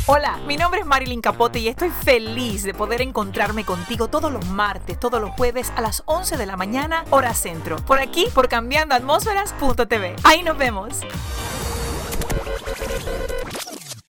Hola, mi nombre es Marilyn Capote y estoy feliz de poder encontrarme contigo todos los martes, todos los jueves a las 11 de la mañana, hora centro. Por aquí, por cambiandoatmosferas.tv. Ahí nos vemos.